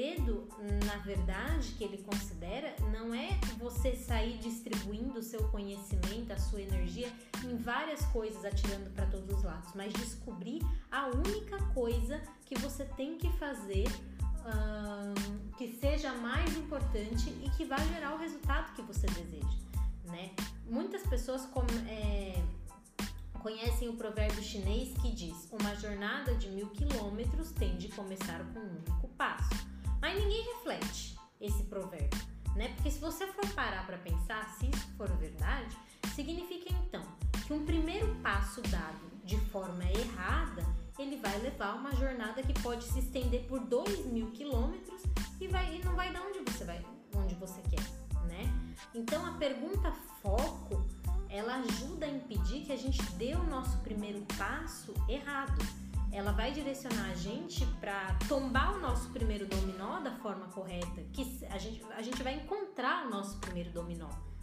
segredo, na verdade, que ele considera, não é você sair distribuindo o seu conhecimento, a sua energia em várias coisas, atirando para todos os lados, mas descobrir a única coisa que você tem que fazer que seja mais importante e que vai gerar o resultado que você deseja, né? Muitas pessoas conhecem o provérbio chinês que diz: uma jornada de 1000 quilômetros tem de começar com um único passo. Mas ninguém reflete esse provérbio, né? Porque se você for parar para pensar, se isso for verdade, significa então que um primeiro passo dado de forma errada, ele vai levar uma jornada que pode se estender por 2000 quilômetros e não vai dar onde você quer, né? Então a pergunta foco, ela ajuda a impedir que a gente dê o nosso primeiro passo errado. Ela vai direcionar a gente para tombar o nosso primeiro dominó da forma correta, que a gente vai encontrar o nosso primeiro dominó,